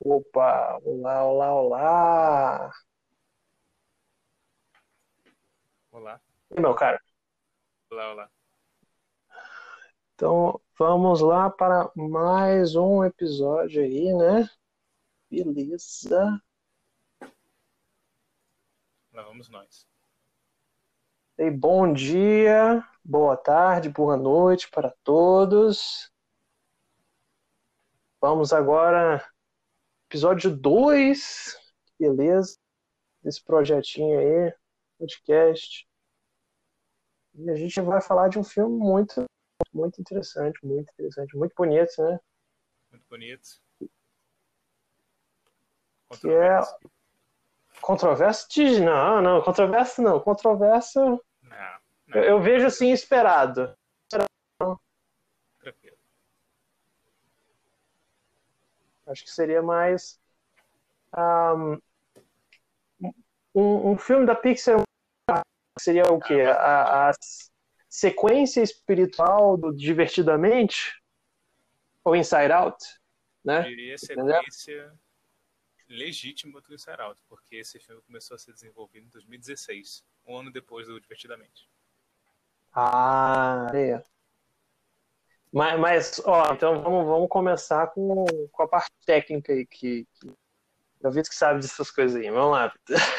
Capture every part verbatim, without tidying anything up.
Opa, olá, olá, olá. Olá, E meu cara, olá, olá. então vamos lá para mais um episódio aí, né? Beleza. Lá vamos nós. E bom dia, boa tarde, boa noite para todos. Vamos agora, episódio dois, beleza? Desse projetinho aí, podcast. E a gente vai falar de um filme muito, muito interessante, muito interessante, muito bonito, né? Muito bonito. Que é Controverso. controverso de... Não, não, controverso não. Controverso Não, eu, não. eu vejo assim esperado. Tranquilo. Acho que seria mais um, um filme da Pixar seria o Ah, quê? bastante. A, a sequência espiritual do Divertidamente ou Inside Out, Eu né? diria Entendeu? sequência legítima do Inside Out, porque esse filme começou a ser desenvolvido em dois mil e dezesseis, um ano depois do Divertidamente. Ah, é. Mas, mas, ó, então vamos, vamos começar com, com a parte técnica aí, que, que eu vi que sabe dessas coisas aí. Vamos lá.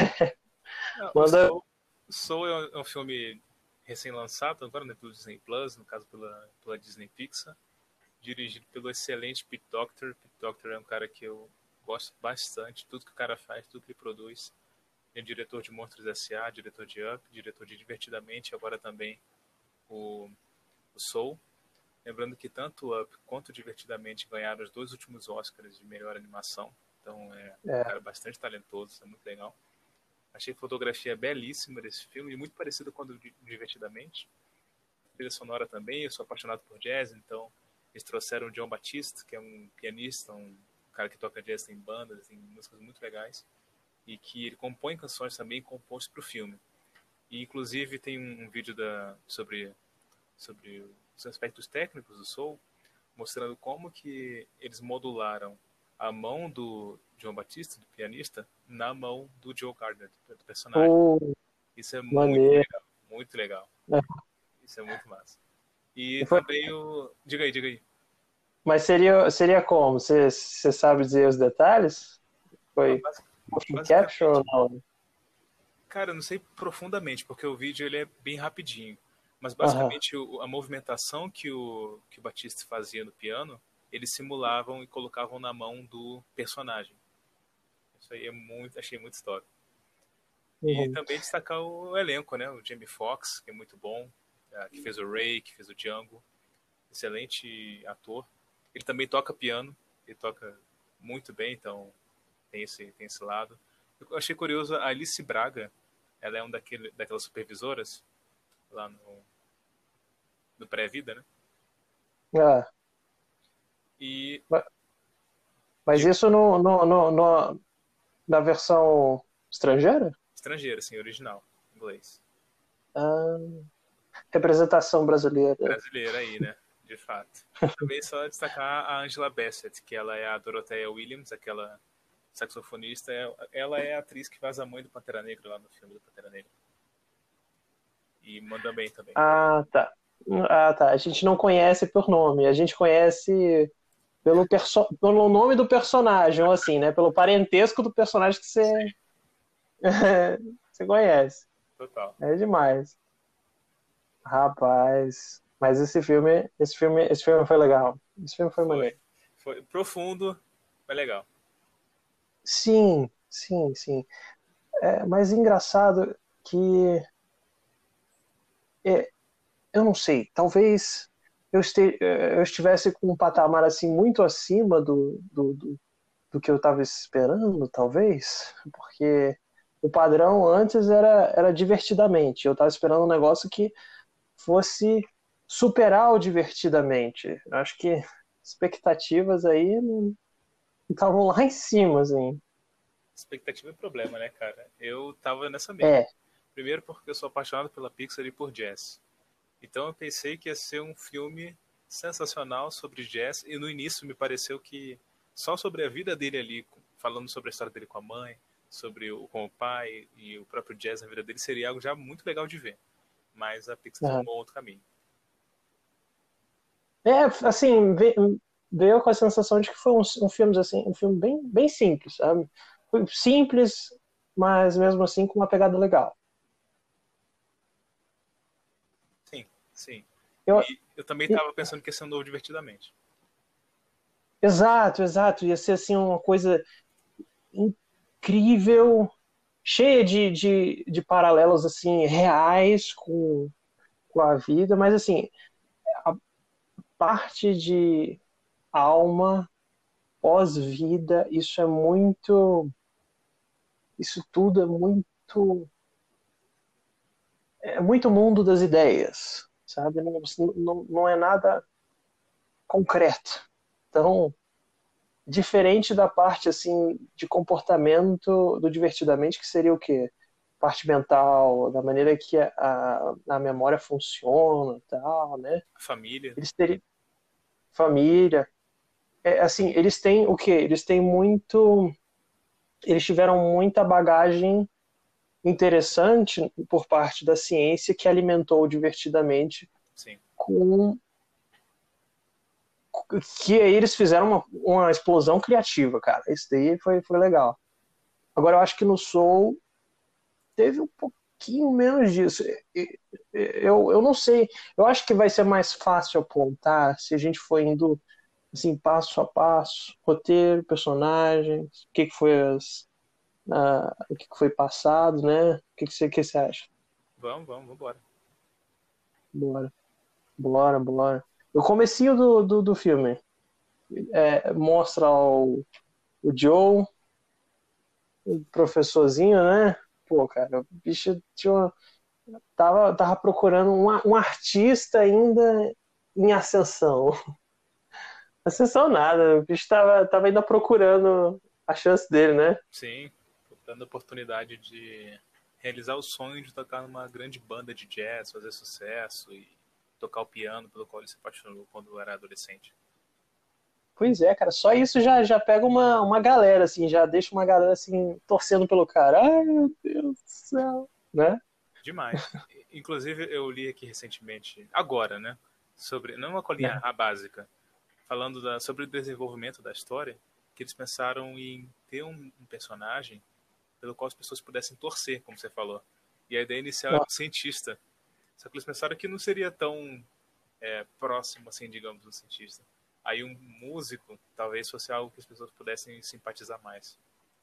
Ah, o Manda. Soul, Soul é um, é um filme recém-lançado, agora né, pelo Disney Plus, no caso pela, pela Disney Pixar, dirigido pelo excelente Pete Docter. Pete Docter é um cara que eu gosto bastante, tudo que o cara faz, tudo que ele produz. É diretor de Monstros S A, diretor de Up, diretor de Divertidamente, agora também o, o Soul. Lembrando que tanto o Up quanto o Divertidamente ganharam os dois últimos Oscars de melhor animação. Então é um É, cara bastante talentoso, é muito legal. Achei a fotografia belíssima desse filme, e muito parecida com a do Divertidamente. A trilha sonora também, eu sou apaixonado por jazz, então eles trouxeram o John Batiste, que é um pianista, um cara que toca jazz em bandas, em músicas muito legais, e que ele compõe canções também compostas para o filme. E inclusive tem um, um vídeo da, sobre, sobre os aspectos técnicos do Soul, mostrando como que eles modularam a mão do John Batista, do pianista, na mão do Joe Gardner, do personagem. o Isso é muito maneiro. legal, muito legal. É. Isso é muito massa. E Foi, também o... Diga aí, diga aí. mas seria, seria como? Você você sabe dizer os detalhes? Ah, Foi basic- motion capture ou Basicamente, não? cara, eu não sei profundamente, porque o vídeo ele é bem rapidinho. Mas Aham. basicamente o- a movimentação que o, que o Batista fazia no piano, eles simulavam e colocavam na mão do personagem. Isso aí é muito, achei muito histórico. E Uhum. também destacar o elenco, né? O Jamie Foxx, que é muito bom, eh, que fez o Ray, que fez o Django, excelente ator. Ele também toca piano, ele toca muito bem, então tem esse, tem esse lado. Eu achei curioso a Alice Braga, ela é uma daquele, daquelas supervisoras lá no, no pré-vida, né? Ah, E ma- mas diga, isso no, no, no, no- na versão estrangeira? estrangeira, assim, original, inglês. Ah, representação brasileira. Brasileira aí, né? De fato. E também só destacar a Angela Bassett, que ela é a Dorothea Williams, aquela saxofonista. Ela é a atriz que faz a mãe do Pantera Negra lá no filme do Pantera Negra. E manda bem também. Ah, tá. Ah, tá. A gente não conhece por nome, a gente conhece pelo, perso pelo nome do personagem, ou assim, né? Pelo parentesco do personagem que você, Sim, você conhece. total. É demais. Rapaz. Mas esse filme, esse filme, esse filme foi legal. Esse filme foi Foi. maneiro. Foi profundo, mas legal. Sim, sim, sim. É, mas engraçado que é, eu não sei, talvez eu, este, eu estivesse com um patamar assim muito acima do, do, do, do que eu estava esperando, talvez, porque o padrão antes era, era divertidamente. Eu estava esperando um negócio que fosse superar o divertidamente. Eu acho que expectativas aí não estavam lá em cima, assim. Expectativa é problema, né, cara? Eu tava nessa mesma. É, Primeiro porque eu sou apaixonado pela Pixar e por jazz. Então eu pensei que ia ser um filme sensacional sobre jazz e no início me pareceu que só sobre a vida dele ali, falando sobre a história dele com a mãe, sobre o, com o pai e o próprio jazz na vida dele, seria algo já muito legal de ver. Mas a Pixar Aham. tomou outro caminho. É, assim, ve- veio com a sensação de que foi um, um filme assim, um filme bem, bem simples, sabe? Foi simples, mas mesmo assim com uma pegada legal. Sim, sim. Eu, E eu também e- estava pensando que ia ser um novo Divertidamente. exato, exato. Ia ser assim uma coisa incrível, cheia de, de, de paralelos assim reais com, com a vida, mas assim, a parte de alma pós-vida, isso é muito, isso tudo é muito, é muito mundo das ideias, sabe? Não, não, não é nada concreto. Então, diferente da parte assim de comportamento do divertidamente, que seria o quê? Parte mental, da maneira que a, a, a memória funciona, tal, né? A família. Eles teriam família, é, assim, eles têm o quê? Eles têm muito, eles tiveram muita bagagem interessante por parte da ciência que alimentou divertidamente Sim. com que aí eles fizeram uma, uma explosão criativa, cara. Isso daí foi, foi legal. Agora eu acho que no Soul teve um pouquinho menos disso. Eu, eu não sei. Eu acho que vai ser mais fácil apontar se a gente for indo assim, passo a passo, roteiro, personagens, o que, que foi as, uh, o que, que foi passado, né? O que, que, você, que você acha? Vamos, vamos, vamos embora. Bora, bora, bora. O comecinho do, do, do filme é, mostra o, o Joe, o professorzinho, né? Pô, cara, o bicho tinha uma, tava, tava procurando um, um artista ainda em ascensão. Ascensão nada, o bicho tava, tava ainda procurando a chance dele, né? Sim, dando a oportunidade de realizar o sonho de tocar numa grande banda de jazz, fazer sucesso e tocar o piano pelo qual ele se apaixonou quando era adolescente. Pois é, cara, só isso já, já pega uma, uma galera, assim, já deixa uma galera, assim, torcendo pelo cara. Ai, meu Deus do céu, né? Demais. Inclusive, eu li aqui recentemente, agora, né? Sobre, não uma colinha, É. a básica, falando da, sobre o desenvolvimento da história, que eles pensaram em ter um, um personagem pelo qual as pessoas pudessem torcer, como você falou. E a ideia inicial era um cientista. Só que eles pensaram que não seria tão é, próximo, assim, digamos, do cientista. Aí um músico talvez fosse algo que as pessoas pudessem simpatizar mais.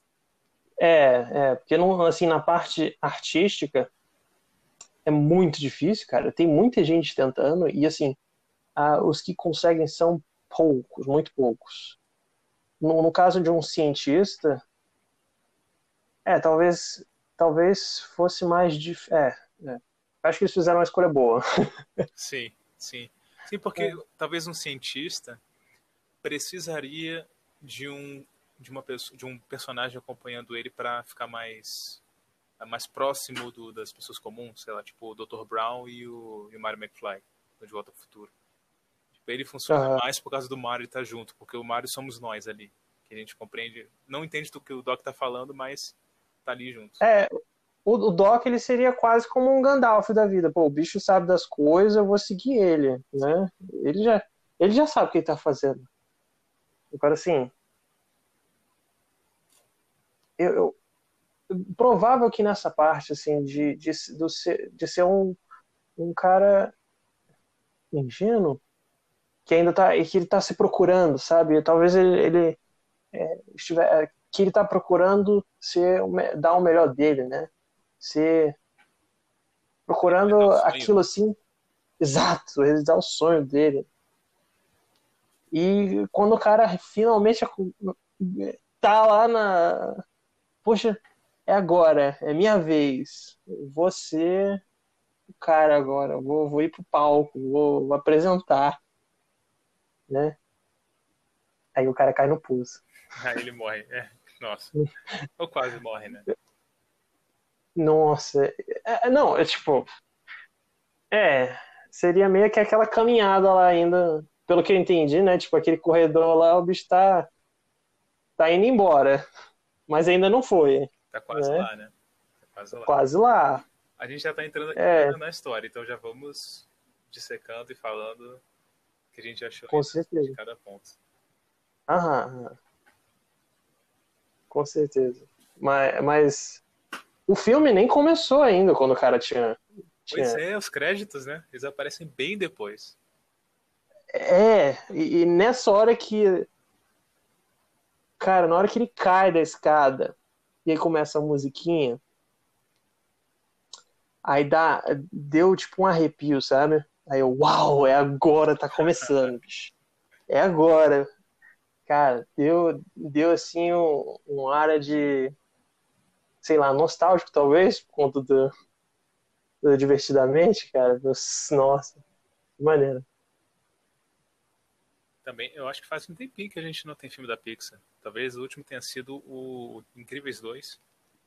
É, é, porque não, assim, na parte artística é muito difícil, cara. Tem muita gente tentando e, assim, a, os que conseguem são poucos, muito poucos. No, no caso de um cientista, é, talvez, talvez fosse mais difícil. É, é, acho que eles fizeram uma escolha boa. Sim, sim. Sim, porque talvez um cientista precisaria de um de uma pessoa, de um personagem acompanhando ele para ficar mais mais próximo do, das pessoas comuns, sei lá, tipo o doutor Brown e o, e o Marty McFly, do De Volta ao Futuro. Tipo, ele funciona Uhum. mais por causa do Mario estar junto, porque o Mario somos nós ali, que a gente compreende, não entende do que o Doc tá falando, mas tá ali junto. É, o, o Doc ele seria quase como um Gandalf da vida. Pô, o bicho sabe das coisas, eu vou seguir ele, Sim. né? Ele já, ele já sabe o que ele tá fazendo. Agora, assim, eu, eu provável que nessa parte, assim, de, de, do ser, de ser um, um cara ingênuo, que ainda tá, que ele tá se procurando, sabe? Talvez ele, ele é, estiver, que ele tá procurando ser, dar o melhor dele, né? Ser, Realizar procurando o sonho, aquilo né? assim, exato, realizar o sonho dele. E quando o cara finalmente tá lá na. Poxa, é agora, é minha vez. Você, o cara agora, vou, vou ir pro palco, vou, vou apresentar, né? Aí o cara cai no pulso. Aí ele morre. É, nossa. Ou quase morre, né? Nossa, é, é, não, é tipo, é, seria meio que aquela caminhada lá ainda, pelo que eu entendi, né? Tipo, aquele corredor lá, o bicho tá tá indo embora, mas ainda não foi, Tá quase né? lá, né? Tá quase lá. Quase lá. A gente já tá entrando aqui É, na, na história, então já vamos dissecando e falando o que a gente achou com de certeza. cada ponto. Aham, aham, com certeza. Mas, mas o filme nem começou ainda quando o cara tinha, Pois tinha... é, os créditos, né? Eles aparecem bem depois. É, e, e nessa hora que... Cara, na hora que ele cai da escada e aí começa a musiquinha, aí dá, deu tipo um arrepio, sabe? Aí eu, uau, é agora, tá começando, bicho. É agora. Cara, deu, deu assim um, um ar de, sei lá, nostálgico talvez, por conta do, do Divertidamente, cara. Nossa, que maneiro. Também, eu acho que faz um tempinho que a gente não tem filme da Pixar. Talvez o último tenha sido o Incríveis dois.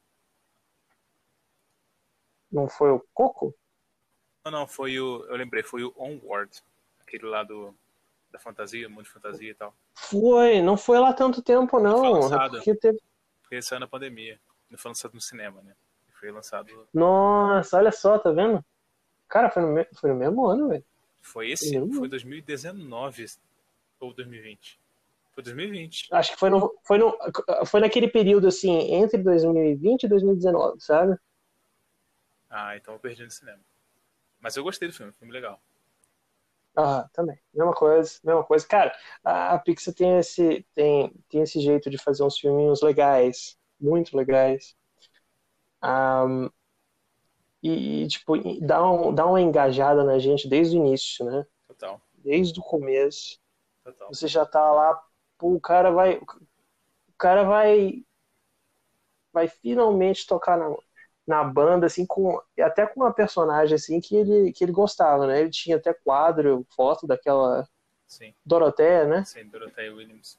Não foi o Coco? Não, não, foi o. Eu lembrei, foi o Onward. Aquele lá do, da fantasia, mundo de fantasia e tal. Foi, não foi lá tanto tempo, Ele foi não. É lançado, porque teve. porque ele saiu na pandemia. Não foi lançado no cinema, né? Ele foi lançado. Nossa, olha só, tá vendo? Cara, foi no, me... foi no mesmo ano, velho. Foi Foi no esse. mesmo Foi ano. dois mil e dezenove ou dois mil e vinte. Foi dois mil e vinte. Acho que foi, no, foi, no, foi naquele período, assim, entre dois mil e vinte e dois mil e dezenove, sabe? Ah, então eu perdi no cinema. Mas eu gostei do filme, filme legal. Ah, também. Mesma coisa, mesma coisa. Cara, a, a Pixar tem esse, tem, tem esse jeito de fazer uns filminhos legais, muito legais. Um, e, e, tipo, dá, um, dá uma engajada na gente desde o início, né? Total, Desde o começo. total. Você já tá lá, pô, o cara vai. O cara vai. Vai finalmente tocar na, na banda, assim, com, até com uma personagem assim que ele, que ele gostava, né? Ele tinha até quadro, foto daquela Sim, Doroteia, né? sim, Dorothea Williams.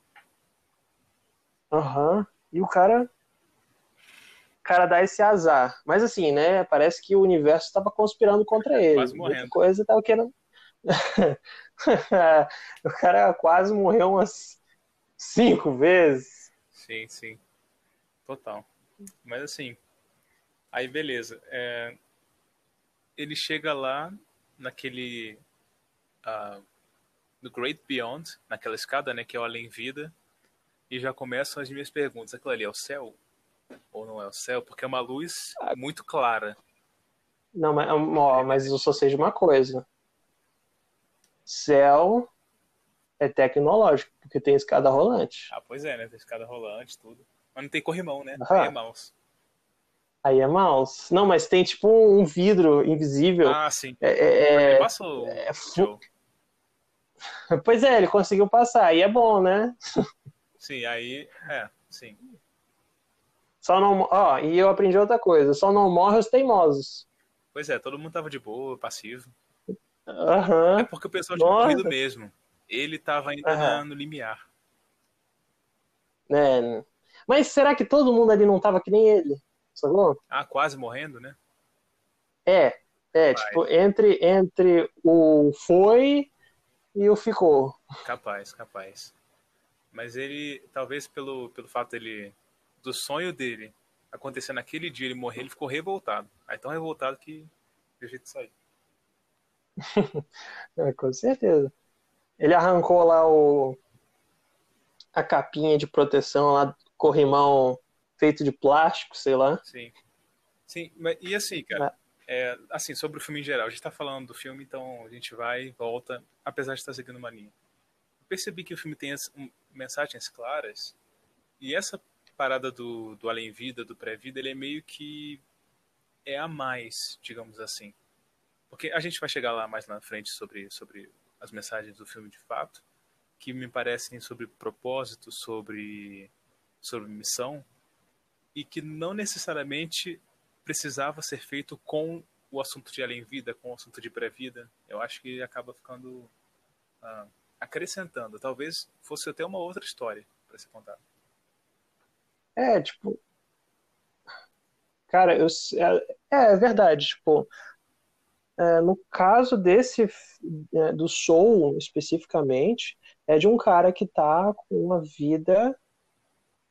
Aham. Uhum. E o cara, cara dá esse azar. Mas assim, né? Parece que o universo estava conspirando contra ele. Quase Muita morrendo. coisa tava querendo. O cara quase morreu umas cinco vezes. Sim, sim, total. Mas assim, aí beleza. É, ele chega lá naquele. Uh, no Great Beyond, naquela escada, né? Que é o Além-Vida. E já começam as minhas perguntas. Aquilo ali é o céu? Ou não é o céu? Porque é uma luz muito clara. Não, mas, ó, mas eu só sei de uma coisa. Céu é tecnológico, porque tem escada rolante. Ah, pois é, né? Tem escada rolante, tudo. Mas não tem corrimão, né? Aí é Aham. mouse. Aí é mouse. Não, mas tem tipo um vidro invisível. Ah, sim. É, Mas ele é, passou, é, é o fu- Joe. Pois é, ele conseguiu passar. Aí é bom, né? Sim, aí. É, sim. Só não. Ó, e eu aprendi outra coisa. Só não morre os teimosos. Pois é, todo mundo tava de boa, passivo. É Aham. porque o pessoal tinha morrido Nossa. mesmo. Ele tava ainda na- Aham. no limiar. Né? Mas será que todo mundo ali não tava que nem ele? Sacou? Ah, quase morrendo, né? É. É, Capaz, tipo, entre, entre o foi e o ficou. capaz, capaz. Mas ele, talvez pelo, pelo fato dele, do sonho dele acontecer naquele dia, ele morrer, ele ficou revoltado. Aí tão revoltado que teve jeito de sair. É, com certeza. Ele arrancou lá o, a capinha de proteção lá, corrimão feito de plástico, sei lá. Sim. Sim, mas, e assim, cara, é, assim, sobre o filme em geral, a gente tá falando do filme, então a gente vai e volta, apesar de estar seguindo uma linha. Eu percebi que o filme tem as, um, mensagens claras, e essa parada do, do além-vida, do pré-vida, ele é meio que é a mais, digamos assim. Porque a gente vai chegar lá mais na frente sobre, sobre as mensagens do filme de fato, que me parecem sobre propósito, sobre, sobre missão, e que não necessariamente precisava ser feito com o assunto de além-vida, com o assunto de pré-vida. Eu acho que acaba ficando ah, acrescentando. Talvez fosse até uma outra história para ser contada. É, tipo, cara, eu, é, é verdade, tipo, é, no caso desse, é, do Soul especificamente, é de um cara que tá com uma vida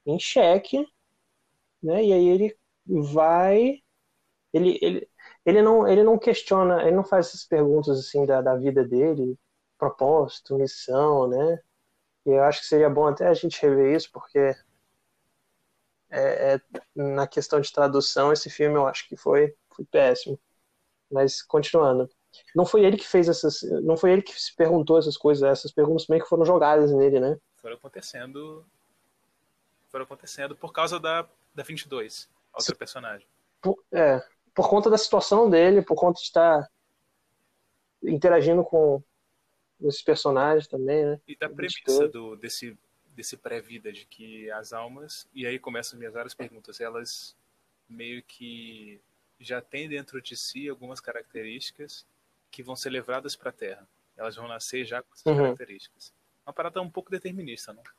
em xeque, né? E aí ele vai, ele, ele, ele não, ele não questiona, ele não faz essas perguntas assim da, da vida dele, propósito, missão, né? E eu acho que seria bom até a gente rever isso, porque é, é, na questão de tradução esse filme eu acho que foi, foi péssimo. Mas continuando, não foi ele que fez essas, não foi ele que se perguntou essas coisas, essas perguntas meio que foram jogadas nele, né? Foram acontecendo, foram acontecendo por causa da, da vinte e dois, outra personagem. Por, é, por conta da situação dele, por conta de estar interagindo com esses personagens também, né? E da premissa do, desse, desse pré-vida, de que as almas, e aí começam as minhas várias perguntas, elas meio que já têm dentro de si algumas características que vão ser levadas para a Terra. Elas vão nascer já com essas Uhum. características. Uma parada um pouco determinista, não?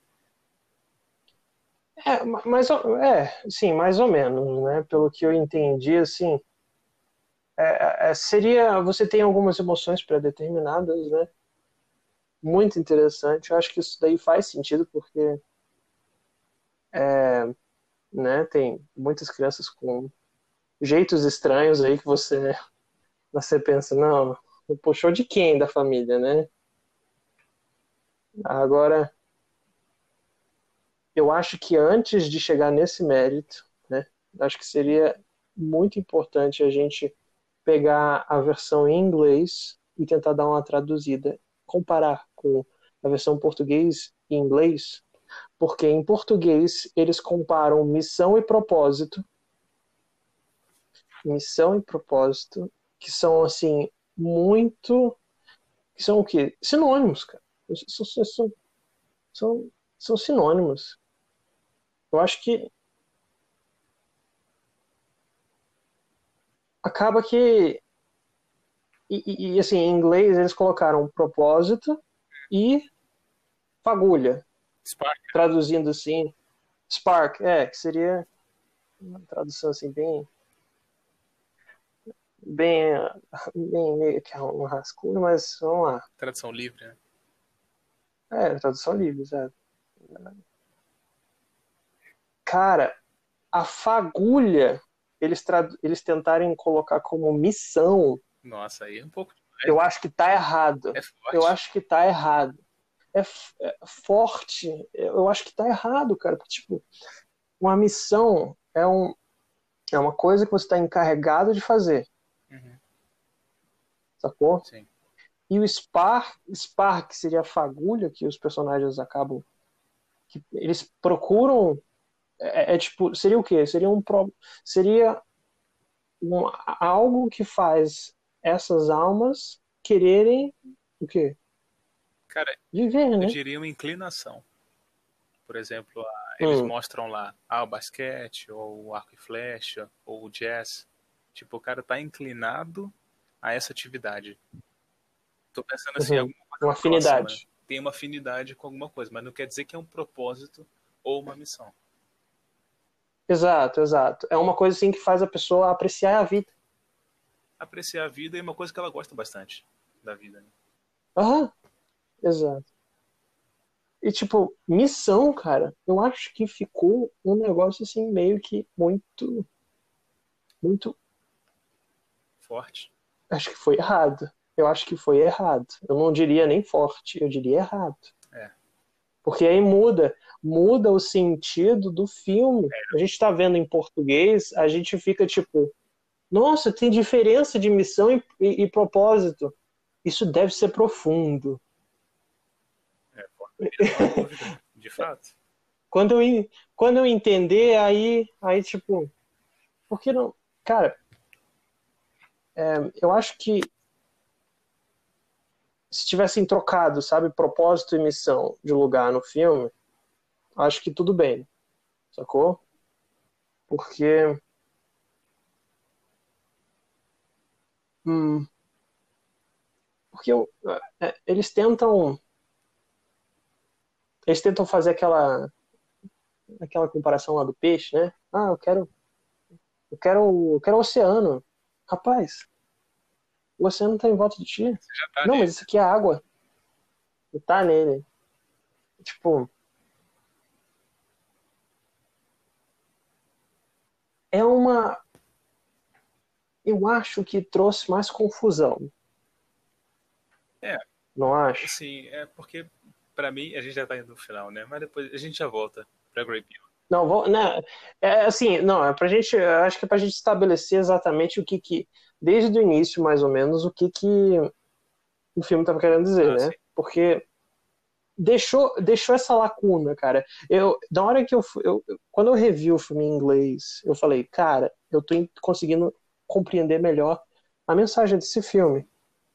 É, mas é, sim, mais ou menos, né? Pelo que eu entendi, assim, é, é, seria, você tem algumas emoções pré-determinadas, né? Muito interessante. Eu acho que isso daí faz sentido porque, é, né? Tem muitas crianças com jeitos estranhos aí que você, você pensa, não, puxou de quem da família, né? Agora, eu acho que antes de chegar nesse mérito, né? Acho que seria muito importante a gente pegar a versão em inglês e tentar dar uma traduzida, comparar com a versão português e inglês, porque em português eles comparam missão e propósito, missão e propósito, que são assim muito, que são o quê? Sinônimos, cara. São, são, são, são sinônimos. Eu acho que acaba que e, e, assim, em inglês eles colocaram propósito e fagulha, Spark. traduzindo assim, spark, é, que seria uma tradução assim bem bem, bem meio que um rascunho, mas vamos lá. Tradução livre, né? É, tradução livre, sabe? Cara, a fagulha, eles, tradu- eles tentarem colocar como missão, Nossa, aí é um pouco demais, eu né? acho que tá errado. É Eu forte. acho que tá errado. É, é forte, eu acho que tá errado, cara. Porque, tipo, uma missão é, um, é uma coisa que você está encarregado de fazer, Uhum. sacou? Sim. E o Spark, Spark seria a fagulha que os personagens acabam. Que eles procuram. É, é tipo. Seria o quê? Seria um. Pro, seria um, algo que faz essas almas quererem o quê? Cara, Viver, eu né? diria uma inclinação. Por exemplo, a- eles Hum, mostram lá ah, o basquete, ou o arco e flecha, ou o jazz. Tipo, o cara tá inclinado a essa atividade. Tô pensando assim, uhum. alguma coisa Uma próxima. afinidade. Tem uma afinidade com alguma coisa, mas não quer dizer que é um propósito ou uma missão. Exato, exato. É uma coisa assim que faz a pessoa apreciar a vida. Apreciar a vida é uma coisa que ela gosta bastante da vida, né? Aham, exato. E, tipo, missão, cara, eu acho que ficou um negócio assim, meio que muito, muito. Forte. Acho que foi errado. Eu acho que foi errado. Eu não diria nem forte, eu diria errado. É. Porque aí muda, muda o sentido do filme. A gente tá vendo em português, a gente fica tipo, nossa, tem diferença de missão e, e, e propósito. Isso deve ser profundo. É, pode virar uma dúvida, de fato. Quando eu, quando eu entender, aí, aí tipo, por que não. Cara, é, eu acho que se tivessem trocado, sabe, propósito e missão de lugar no filme, acho que tudo bem, sacou? Porque hum, porque eu, é, eles tentam eles tentam fazer aquela aquela comparação lá do peixe, né? Ah, eu quero eu quero eu quero o oceano. Rapaz, o oceano tá em volta de ti. Você já tá Não, mas nele. isso aqui é água. Tá nele. Tipo, uma... Eu acho que trouxe mais confusão, É, não acho? assim, é porque, pra mim, a gente já tá indo no final, né? Mas depois a gente já volta pra Grey Pill. Não, vou, né, é assim, não, é pra gente, eu acho que é pra gente estabelecer exatamente o que que, desde o início, mais ou menos, o que que o filme tava querendo dizer, Ah, né? sim. Porque deixou, deixou essa lacuna, cara. Eu, na hora que eu, fu- eu, eu- quando eu revi o filme em inglês, eu falei, cara, eu tô em- conseguindo compreender melhor a mensagem desse filme,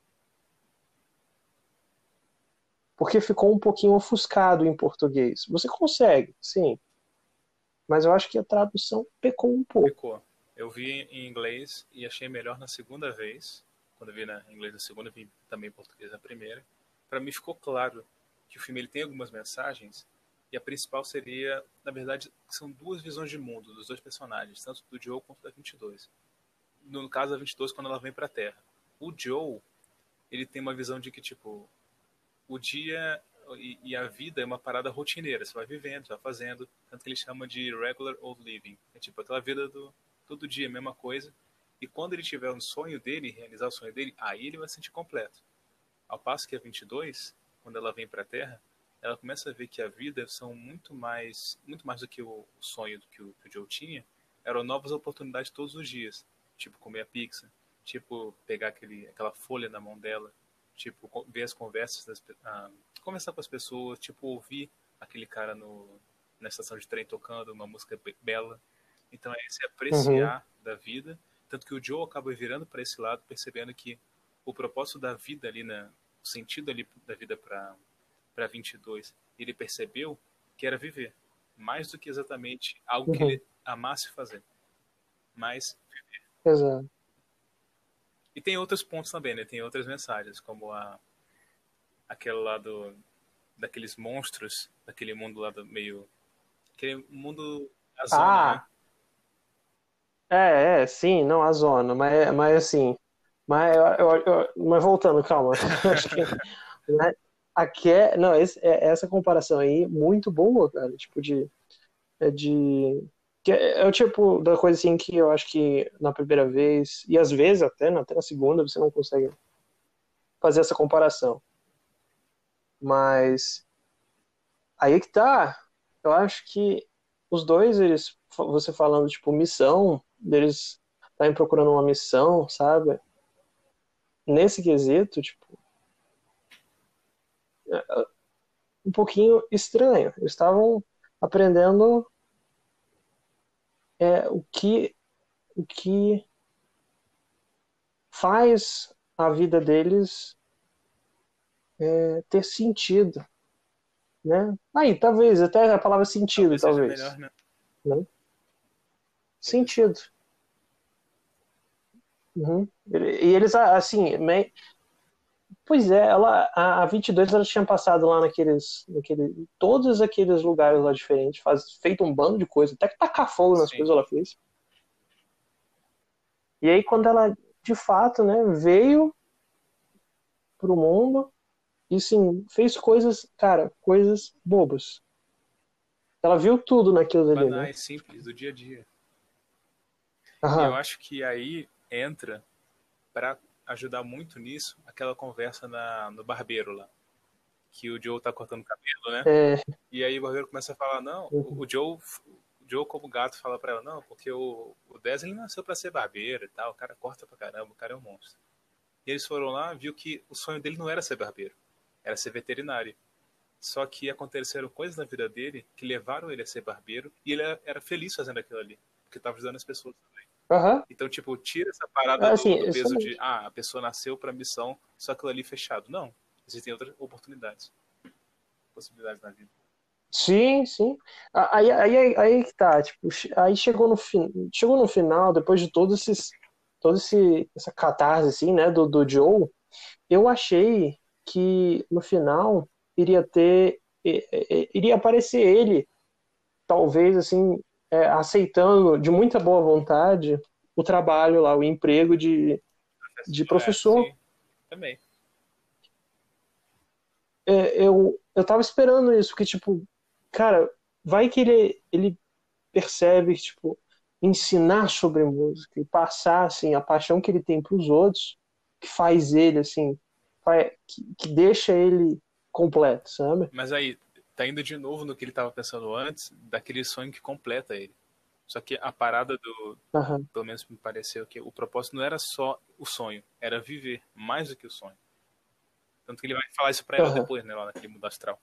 porque ficou um pouquinho ofuscado em português. Você consegue, sim, mas eu acho que a tradução pecou um pouco. Ficou. Eu vi em inglês e achei melhor na segunda vez. Quando eu vi na em inglês na segunda, vi também em português na primeira. Pra mim ficou claro que o filme ele tem algumas mensagens e a principal seria, na verdade, são duas visões de mundo dos dois personagens, tanto do Joe quanto da vinte e dois. No caso da vinte e dois, quando ela vem pra Terra. O Joe, ele tem uma visão de que, tipo, o dia e, e a vida é uma parada rotineira. Você vai vivendo, você vai fazendo. Tanto que ele chama de regular old living. É tipo aquela vida do todo dia, mesma coisa. E quando ele tiver um sonho dele, realizar o sonho dele, aí ele vai se sentir completo. Ao passo que a vinte e dois, quando ela vem para a Terra, ela começa a ver que a vida são muito mais, muito mais do que o, o sonho do que o, que o Joe tinha. Eram novas oportunidades todos os dias. Tipo comer a pizza, tipo pegar aquele, aquela folha na mão dela, tipo ver as conversas, das, ah, conversar com as pessoas, tipo ouvir aquele cara no, na estação de trem tocando uma música bela. Então é esse Uhum, apreciar da vida, tanto que o Joe acaba virando para esse lado, percebendo que o propósito da vida ali, né, o sentido ali da vida para para vinte e dois, ele percebeu que era viver, mais do que exatamente algo que uhum, ele amasse fazer. Mas exato. e tem outros pontos também, né? Tem outras mensagens, como a aquele lado daqueles monstros, daquele mundo lá do meio aquele mundo da zona, né? Ah, é, é, sim, não, a zona, mas, mas assim, mas, eu, eu- eu- mas voltando, calma, acho que, né, aqui é, não, esse, é, essa comparação aí, muito boa, cara, tipo de, é de, que é, é o tipo da coisa assim que eu acho que na primeira vez, e às vezes até, na- até na segunda, você não consegue fazer essa comparação, mas aí é que tá, eu acho que os dois, eles, você falando, tipo, missão, eles estarem procurando uma missão, sabe? Nesse quesito, tipo, um pouquinho estranho. Eles estavam aprendendo é, o que o que faz a vida deles é, ter sentido, né? Aí, talvez, até a palavra sentido, Talvez seja melhor, talvez, né? né? Talvez só. Sentido. Uhum. E eles, assim, me- pois é, ela, a, a vinte e dois ela tinha passado lá naqueles, naquele, todos aqueles lugares lá diferentes, faz, feito um bando de coisa, até que tacar fogo nas Sim. coisas ela fez. E aí quando ela, de fato, né, veio pro mundo e, sim, fez coisas, cara, coisas bobas. Ela viu tudo naquilo ali, né? Banais, simples, do dia a dia. E eu Aham. acho que aí entra, para ajudar muito nisso, aquela conversa na, no barbeiro lá. Que o Joe tá cortando o cabelo, né? É, E aí o barbeiro começa a falar, não, o, uhum, o Joe, o Joe como gato fala pra ela, não, porque o, o Dez ele nasceu pra ser barbeiro e tal, o cara corta pra caramba, o cara é um monstro. E eles foram lá, viu que o sonho dele não era ser barbeiro, era ser veterinário. Só que aconteceram coisas na vida dele que levaram ele a ser barbeiro e ele era feliz fazendo aquilo ali, porque estava ajudando as pessoas também. aham. Então, tipo, tira essa parada Assim, do, do peso de, excelente. ah, a pessoa nasceu pra missão, só aquilo ali fechado. Não, existem outras oportunidades, possibilidades na vida. Sim, sim. Aí, aí, aí, aí que tá, tipo, aí chegou no, fin... chegou no final, depois de todos esses, todo esse, essa catarse, assim, né, do, do Joe, eu achei que no final iria ter, iria aparecer ele, talvez, assim, é, aceitando de muita boa vontade o trabalho lá, o emprego de, de É, professor. sim, também. É, eu, eu tava esperando isso, que, tipo, cara, vai que ele, ele percebe, tipo, ensinar sobre música e passar assim a paixão que ele tem para os outros, que faz ele assim, vai- que, que deixa ele completo, sabe? Mas aí, tá indo de novo no que ele tava pensando antes, daquele sonho que completa ele. Só que a parada do, Aham, pelo menos me pareceu que o propósito não era só o sonho, era viver mais do que o sonho. Tanto que ele vai falar isso pra ela aham, depois, né, lá naquele mundo astral.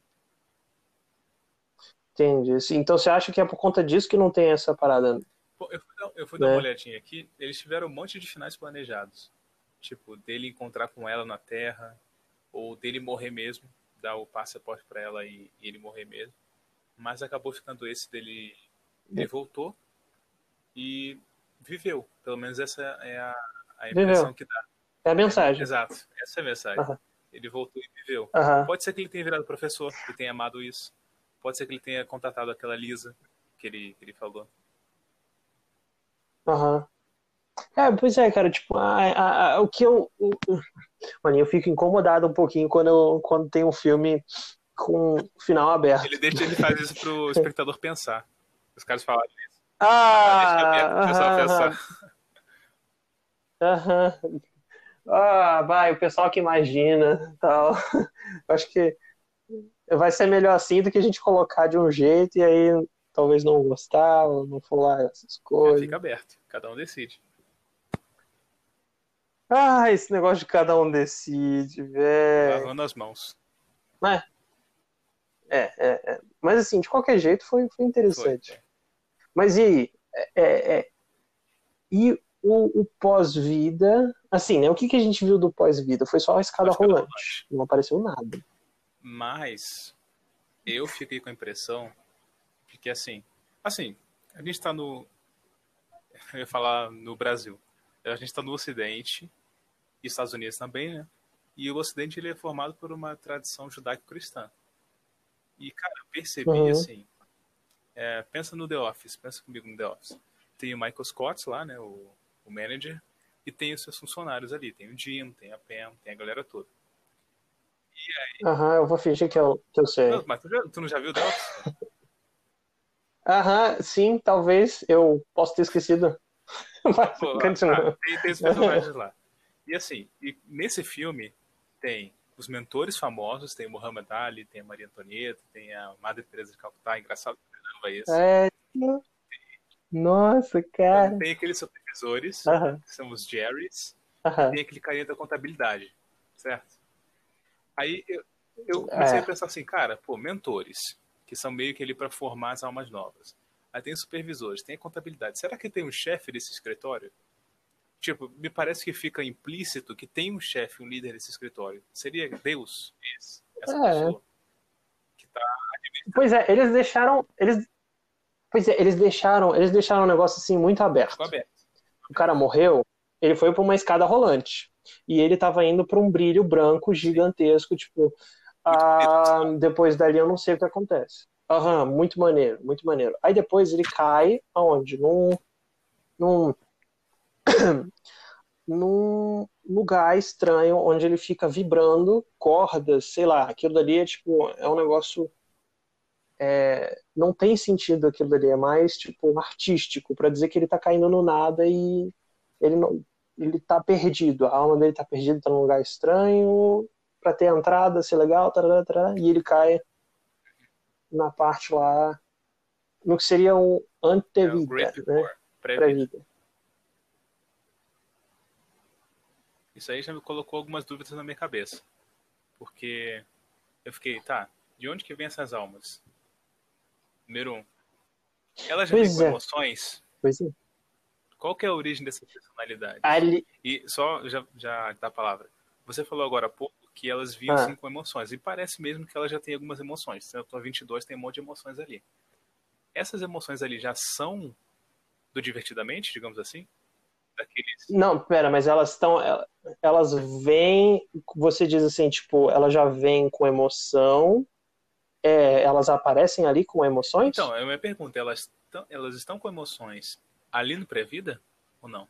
entendi. Assim, então você acha que é por conta disso que não tem essa parada, Pô, eu fui, dar, eu fui dar uma né? olhadinha aqui, eles tiveram um monte de finais planejados. Tipo, dele encontrar com ela na Terra, ou dele morrer mesmo, dar o passaporte pra ela e, e ele morrer mesmo. Mas acabou ficando esse dele. Ele voltou e viveu. Pelo menos essa é a, a impressão Viveu. que dá. É a É, mensagem. exato, essa é a mensagem. Aham, Ele voltou e viveu. aham, Pode ser que ele tenha virado professor e tenha amado isso. Pode ser que ele tenha contatado aquela Lisa que ele, que ele falou. aham. É, pois é, cara, tipo, a, a- a- o que eu. o- o- Mano, eu fico incomodado um pouquinho quando, eu, quando tem um filme com final Ele aberto. deixa, ele faz isso pro espectador pensar. Os caras falaram isso. Ah, deixa aberto pro Ah, pessoal aham, pensar. aham, aham. Ah, vai, o pessoal que imagina, tal. Eu acho que vai ser melhor assim do que a gente colocar de um jeito e aí talvez não gostar ou não falar essas É, coisas. fica aberto. Cada um decide. Ah, esse negócio de cada um decide, velho. Lavando as mãos. Mas, é, é, é. Mas assim, de qualquer jeito foi, foi Foi, interessante. foi. Mas e aí? É, é, é, e o, o pós-vida? Assim, né? O que, que a gente viu do pós-vida? Foi só a Só escada de cada rolante. rolante. Não apareceu nada. Mas eu fiquei com a impressão de que assim. Assim, a gente tá no. Eu ia falar no Brasil. A gente tá no Ocidente, e Estados Unidos também, né? E o Ocidente ele é formado por uma tradição judaico-cristã. E, cara, eu percebi Uhum, assim. É, pensa no The Office, pensa comigo no The Office. Tem o Michael Scott lá, né? O, o manager, e tem os seus funcionários ali. Tem o Jim, tem a Pam, tem a galera toda. aham, eu vou fingir que eu, que eu Não, sei. mas tu, já, tu não já viu The Office? Aham, sim, talvez eu possa ter esquecido. Mas Pô, lá, tá, continua. tem, tem os personagens lá. E assim, e nesse filme tem os mentores famosos, tem o Muhammad Ali, tem a Maria Antonieta, tem a Madre Teresa de Calcutá, engraçado pra caramba isso. É, nossa, cara. Tem aqueles supervisores, Aham, que são os Jerrys, e aham. tem aquele carinha da contabilidade, certo? Aí eu, eu comecei a É, pensar assim, cara, pô, mentores, que são meio que ali para formar as almas novas. Aí tem os supervisores, tem a contabilidade. Será que tem um chefe desse escritório? Tipo, me parece que fica implícito que tem um chefe, um líder desse escritório. Seria Deus, esse, essa é. pessoa que tá Pois é, eles deixaram. Eles, pois é, eles deixaram. Eles deixaram o negócio assim muito ficou aberto. aberto. O cara morreu, ele foi pra uma escada rolante. E ele tava indo pra um brilho branco Sim. gigantesco, tipo. Muito bonito, por Ah, sinal. depois dali eu não sei o que acontece. Aham, muito maneiro, muito maneiro. Aí depois ele cai aonde? Num, num, num lugar estranho onde ele fica vibrando cordas, sei lá, aquilo dali é tipo, é um negócio, não tem sentido aquilo dali, é mais tipo artístico, pra dizer que ele tá caindo no nada e ele não, ele tá perdido, a alma dele tá perdida, tá num lugar estranho, pra ter entrada, ser legal, tarará, tarará, e ele cai na parte lá, no que seria um É o Great antevida, né? Before, pré-vida. Pré-vida. Isso aí já me colocou algumas dúvidas na minha cabeça. Porque eu fiquei, tá, de onde que vem essas almas? Número um, ela já vem Pois com é, emoções? pois é. Qual que é a origem dessas personalidades? Ali, E só, já, já dá a palavra. Você falou agora há pouco que elas vinham sim ah, com emoções. E parece mesmo que ela já tem algumas emoções. Eu tô vinte e dois, tem um monte de emoções ali. Essas emoções ali já são do Divertidamente, digamos assim? Daqueles. não, pera, mas elas estão, elas vêm, você diz assim, tipo, elas já vêm com emoção, é, elas aparecem ali com emoções? Então, é a minha pergunta. Elas, tão, elas estão com emoções ali no pré-vida? Ou não?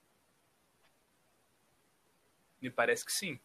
Me parece que sim.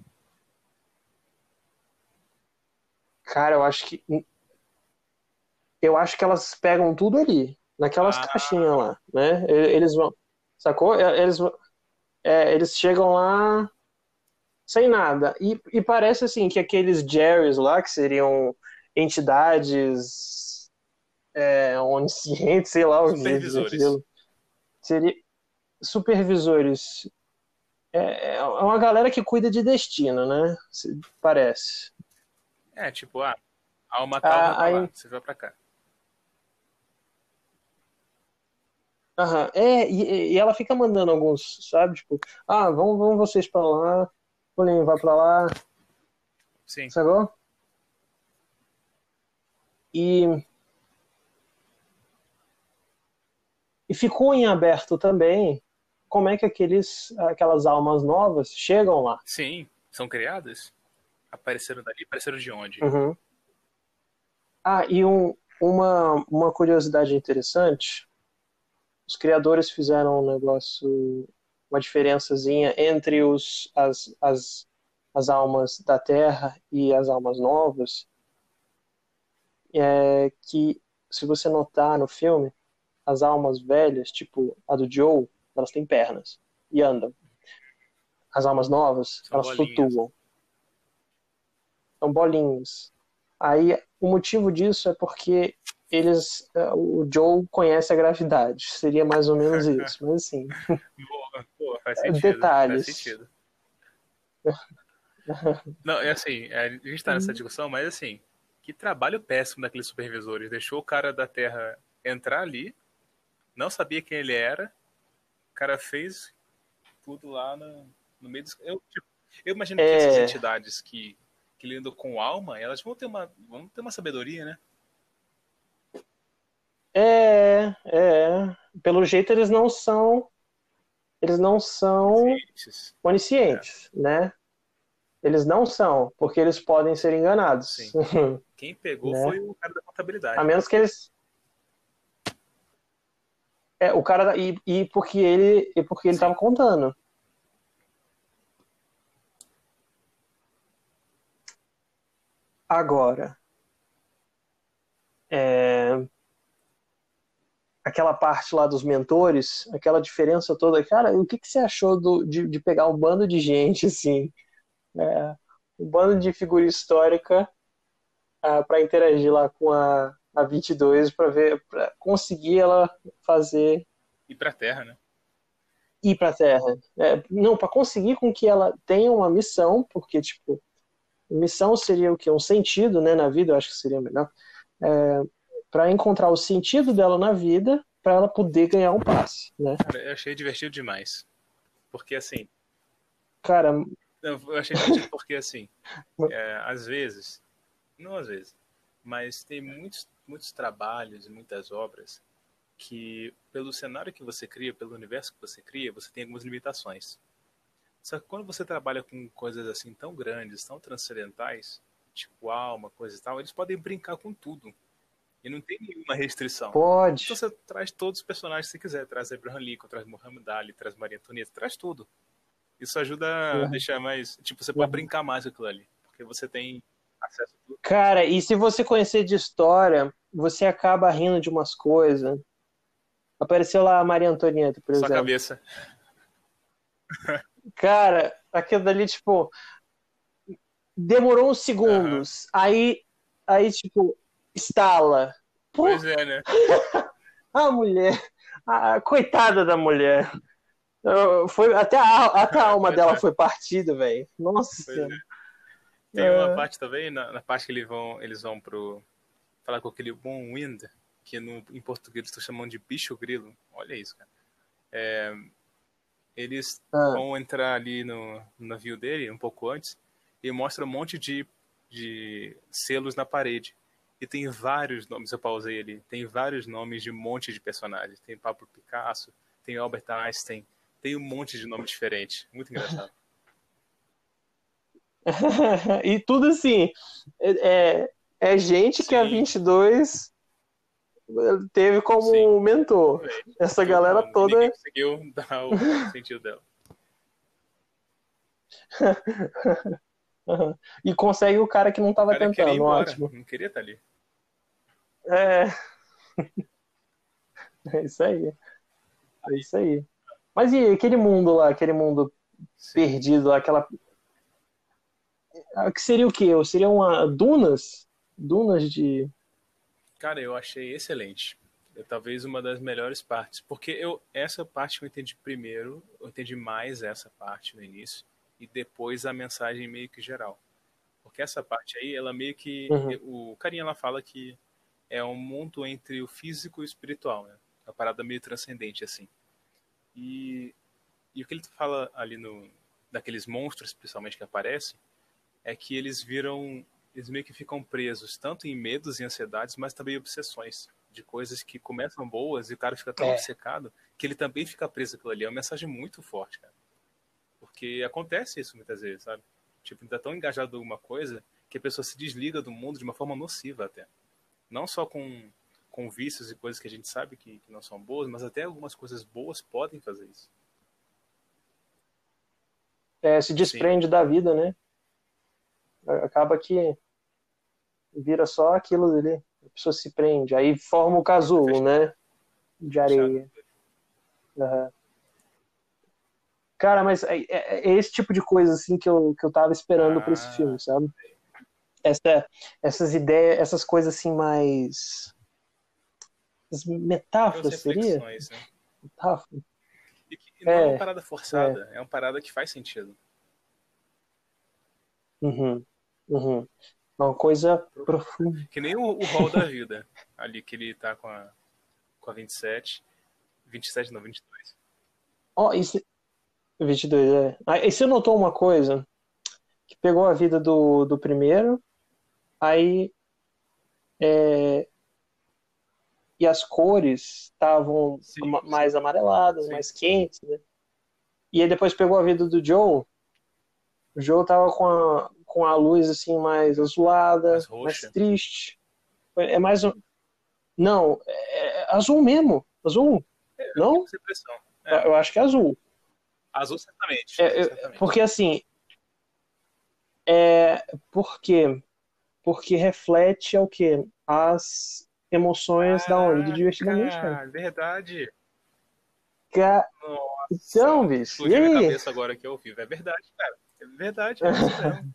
Cara, eu acho que, eu acho que elas pegam tudo ali. naquelas Ah, caixinhas lá, né? E- Eles vão, sacou? E- Eles, vão- é, eles chegam lá sem nada. E, e parece assim que aqueles Jerrys lá, que seriam entidades é, oniscientes, sei lá o que quer dizer supervisores. aquilo, seria supervisores. É, é uma galera que cuida de destino, né? Se- Parece. É, tipo, ah, a alma tal vai Ah, pra lá, aí, você vai pra cá. aham, é, e, e ela fica mandando alguns, sabe? Tipo, ah, vão, vão vocês pra lá, Paulinho vai pra lá, Sim. sacou? E, e ficou em aberto também como é que aqueles, aquelas almas novas chegam lá. Sim, são criadas? Apareceram dali, apareceram de onde? Uhum. Ah, e um, uma, uma curiosidade interessante, os criadores fizeram um negócio, uma diferençazinha entre os, as, as, as almas da Terra e as almas novas, é que, se você notar no filme, as almas velhas, tipo a do Joe, elas têm pernas e andam. As almas novas, São elas bolinhas. flutuam, são bolinhas. Aí o motivo disso é porque eles, é, o Joe conhece a gravidade, seria mais ou menos isso, mas assim, Boa, boa, faz sentido, faz detalhes. sentido. Não, é assim, é, a gente tá nessa discussão, mas assim, que trabalho péssimo daqueles supervisores. Deixou o cara da Terra entrar ali, não sabia quem ele era, o cara fez tudo lá no, no meio dos. Eu, tipo, eu imagino que essas É, entidades que, que lidam com alma, elas vão ter uma, vão ter uma sabedoria, né? é, é. Pelo jeito eles não são, eles não são Cientes. É, oniscientes, né? Eles não são, porque eles podem ser enganados, sim. Quem pegou foi né? o cara da A contabilidade. menos que eles, é, o cara e, e porque ele e porque ele Sim. estava contando. Agora, é, aquela parte lá dos mentores, aquela diferença toda, cara, o que, que você achou do, de, de pegar um bando de gente assim, é, um bando de figura histórica ah, para interagir lá com a, a vinte e dois para ver, para conseguir ela fazer E pra Terra, né? ir para a Terra. É, não, para conseguir com que ela tenha uma missão, porque tipo, missão seria o que um sentido, né, na vida, eu acho que seria melhor, é, para encontrar o sentido dela na vida, para ela poder ganhar um passe, né? Cara, eu achei divertido demais. Porque assim, Cara, eu achei divertido porque assim, é, às vezes, não às vezes, mas tem muitos, muitos trabalhos e muitas obras que, pelo cenário que você cria, pelo universo que você cria, você tem algumas limitações. Só que quando você trabalha com coisas assim tão grandes, tão transcendentais, tipo alma, coisa e tal, eles podem brincar com tudo. E não tem nenhuma restrição. Então pode. você traz todos os personagens que você quiser. Traz Abraham Lincoln, traz Muhammad Ali, traz Maria Antonieta, traz tudo. Isso ajuda a deixar mais. Tipo, você pode brincar mais com aquilo ali. Porque você tem acesso a tudo. Cara, e se você conhecer de história, você acaba rindo de umas coisas. Apareceu lá a Maria Antonieta, por Sua exemplo. cabeça. Cara, aquilo dali, tipo, demorou uns Aham. segundos. Aí, aí tipo, estala. Pô, Pois é, né? a mulher, a, coitada da mulher. Eu- Foi, até, a, até a alma Pois dela é. foi partida, velho. Nossa Pois Senhora. é. Tem uma É, parte também, na, na parte que eles vão, eles vão pro. Falar com aquele bom wind, que no, em português eles estão chamando de bicho grilo. Olha isso, cara. Eles ah, vão entrar ali no, no navio dele um pouco antes e mostra um monte de, de selos na parede. E tem vários nomes, eu pausei ali, tem vários nomes de um monte de personagens. Tem Pablo Picasso, tem Albert Einstein, tem um monte de nome diferente. Muito engraçado. e tudo assim, é, é é gente que a Sim, vinte e dois teve sim. como mentor. Exatamente. Essa Todo galera mundo. E ninguém toda. conseguiu dar o sentido dela. E consegue o cara que não O estava cara queria ir tentando, embora, ótimo. não queria estar ali. É, É isso aí, é isso aí. Mas e aquele mundo lá, aquele mundo Sim. perdido lá, aquela. Que seria o quê? Seria uma. Dunas? Dunas de. Cara, eu achei excelente. É talvez uma das melhores partes, porque eu essa parte que eu entendi primeiro, eu entendi mais essa parte no início e depois a mensagem meio que geral. Porque essa parte aí, ela meio que Uhum. o carinha lá fala que é um mundo entre o físico e o espiritual, né? Uma parada meio transcendente assim. E, e o que ele fala ali no daqueles monstros, principalmente que aparecem, é que eles viram, eles meio que ficam presos tanto em medos e ansiedades, mas também em obsessões de coisas que começam boas e o cara fica tão É, obcecado que ele também fica preso aquilo ali. É uma mensagem muito forte, cara. Porque acontece isso muitas vezes, sabe? Tipo, ele tá tão engajado em alguma coisa que a pessoa se desliga do mundo de uma forma nociva até. Não só com, com vícios e coisas que a gente sabe que, que não são boas, mas até algumas coisas boas podem fazer isso. é, se Sim, desprende da vida, né? Acaba que vira só aquilo dele. A pessoa se prende. Aí forma o fica casulo, fechado. né? De Fechado. areia. Uhum. Cara, mas é, é- é esse tipo de coisa assim que eu, que eu tava esperando pra esse Ah, filme, sabe? Essa, essas ideias, essas coisas assim mais. As aquelas metáforas, seria? reflexões, né? Metáfora? E que não é uma É, parada é. forçada, é uma parada que faz sentido. Uhum, uhum. Uma coisa Profunda. profunda. Que nem o, o rol da vida, ali que ele tá com a, com a vinte e sete. vinte e sete não, vinte e dois. Ó, isso. vinte e dois, é. Ah, e você notou uma coisa? Que pegou a vida do, do primeiro, aí. É, e as cores estavam Sim, ama- sim, mais amareladas, sim. mais quentes, né? E aí depois pegou a vida do Joe. O Joe tava com a, com a luz assim mais Mais azulada, mais roxa. triste. É mais um. Não, é é azul mesmo. Azul. É, eu tenho Não? essa impressão. Eu É. eu acho que é azul. Azul certamente, azul É, é, certamente. porque assim, é, por quê? Porque reflete o quê? As emoções da onde? Do Divertidamente, cara. Caraca, verdade. Ca- Então, Nossa, bicho, e explodiu minha aí? cabeça agora que eu ouvi. É verdade, cara. É verdade, é isso mesmo.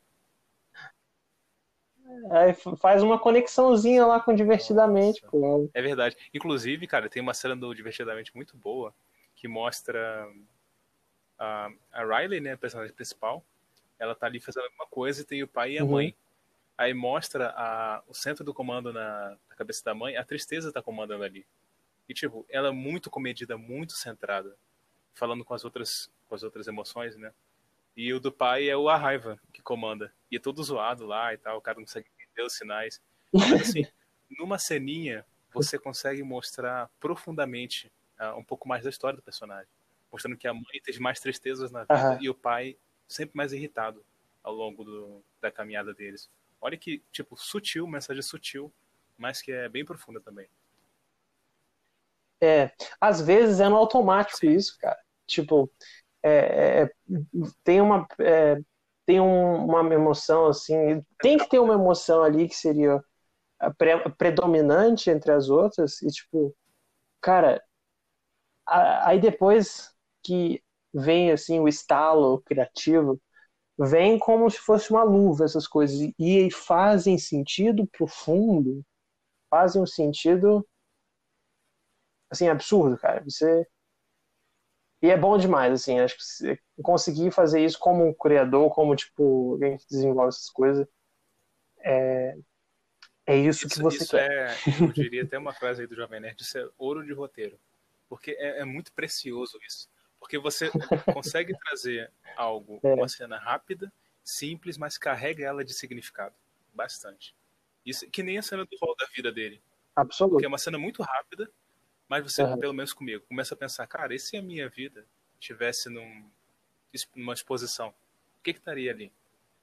Aí faz uma conexãozinha lá com Divertidamente, Nossa. pô. É verdade. Inclusive, cara, tem uma cena do Divertidamente muito boa que mostra a, a Riley, né, a personagem principal. Ela tá ali fazendo alguma coisa e tem o pai e a Uhum. mãe. Aí mostra a, o centro do comando na, na cabeça da mãe, a tristeza tá comandando ali. E, tipo, ela é muito comedida, muito centrada, falando com as outras, com as outras emoções, né? E o do pai é o a raiva que comanda. E é todo zoado lá e tal, o cara não consegue entender os sinais. Mas, assim, numa ceninha, você consegue mostrar profundamente uh, um pouco mais da história do personagem. Mostrando que a mãe teve mais tristezas na vida Aham. e o pai sempre mais irritado ao longo do, da caminhada deles. Olha que, tipo, sutil, mensagem sutil, mas que é bem profunda também. É, às vezes é no automático Sim, isso, cara. Tipo, é, é, tem uma é, tem um- uma emoção assim, tem que ter uma emoção ali que seria a pre- predominante entre as outras e tipo, cara, a- aí depois que vem assim o estalo criativo, vem como se fosse uma luva essas coisas e fazem sentido profundo, fazem um sentido assim absurdo, cara. Você E é bom demais, assim, acho que se conseguir fazer isso como um criador, como, tipo, alguém que desenvolve essas coisas, é isso que isso, você isso quer. é, eu diria até uma frase aí do Jovem Nerd, isso é ouro de roteiro. Porque é, é muito precioso isso. Porque você consegue trazer algo, uma É, cena rápida, simples, mas carrega ela de significado. Bastante. Isso, que nem a cena do rol da vida dele. Porque é absoluto. uma cena muito rápida, mas você, Uhum. pelo menos comigo, começa a pensar, cara, e se a minha vida tivesse num, numa exposição? O que que estaria ali?